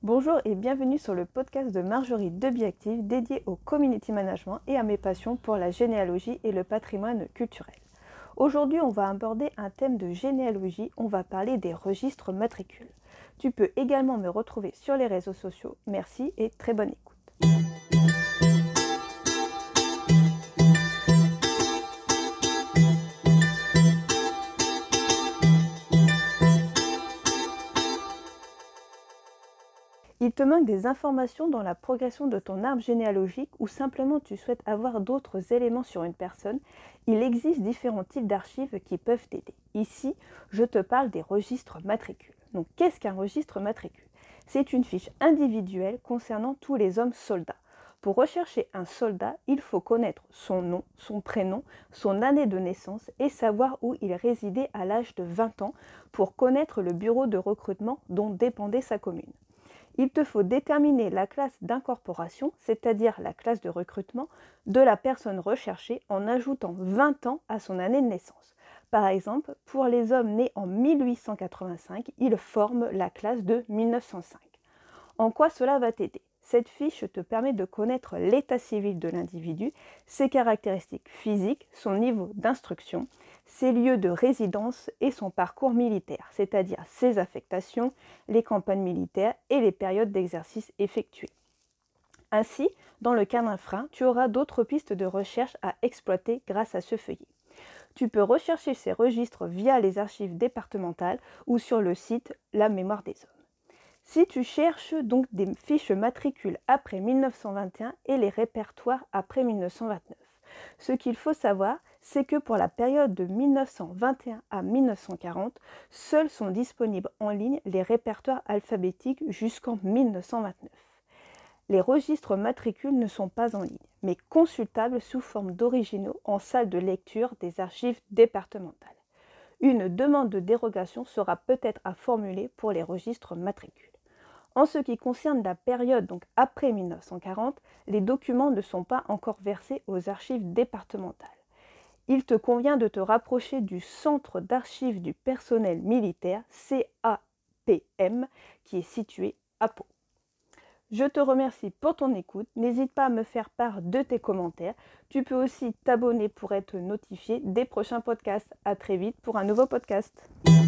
Bonjour et bienvenue sur le podcast de Marjorie de Biactive dédié au community management et à mes passions pour la généalogie et le patrimoine culturel. Aujourd'hui, on va aborder un thème de généalogie, on va parler des registres matricules. Tu peux également me retrouver sur les réseaux sociaux. Merci et très bonne écoute. Il te manque des informations dans la progression de ton arbre généalogique ou simplement tu souhaites avoir d'autres éléments sur une personne, il existe différents types d'archives qui peuvent t'aider. Ici, je te parle des registres matricules. Donc, qu'est-ce qu'un registre matricule? C'est une fiche individuelle concernant tous les hommes soldats. Pour rechercher un soldat, il faut connaître son nom, son prénom, son année de naissance et savoir où il résidait à l'âge de 20 ans pour connaître le bureau de recrutement dont dépendait sa commune. Il te faut déterminer la classe d'incorporation, c'est-à-dire la classe de recrutement, de la personne recherchée en ajoutant 20 ans à son année de naissance. Par exemple, pour les hommes nés en 1885, ils forment la classe de 1905. En quoi cela va t'aider? Cette fiche te permet de connaître l'état civil de l'individu, ses caractéristiques physiques, son niveau d'instruction, ses lieux de résidence et son parcours militaire, c'est-à-dire ses affectations, les campagnes militaires et les périodes d'exercice effectuées. Ainsi, dans le cas d'un frein, tu auras d'autres pistes de recherche à exploiter grâce à ce feuillet. Tu peux rechercher ces registres via les archives départementales ou sur le site La Mémoire des Hommes. Si tu cherches donc des fiches matricules après 1921 et les répertoires après 1929, ce qu'il faut savoir, c'est que pour la période de 1921 à 1940, seuls sont disponibles en ligne les répertoires alphabétiques jusqu'en 1929. Les registres matricules ne sont pas en ligne, mais consultables sous forme d'originaux en salle de lecture des archives départementales. Une demande de dérogation sera peut-être à formuler pour les registres matricules. En ce qui concerne la période donc après 1940, les documents ne sont pas encore versés aux archives départementales. Il te convient de te rapprocher du Centre d'archives du personnel militaire, CAPM, qui est situé à Pau. Je te remercie pour ton écoute. N'hésite pas à me faire part de tes commentaires. Tu peux aussi t'abonner pour être notifié des prochains podcasts. À très vite pour un nouveau podcast.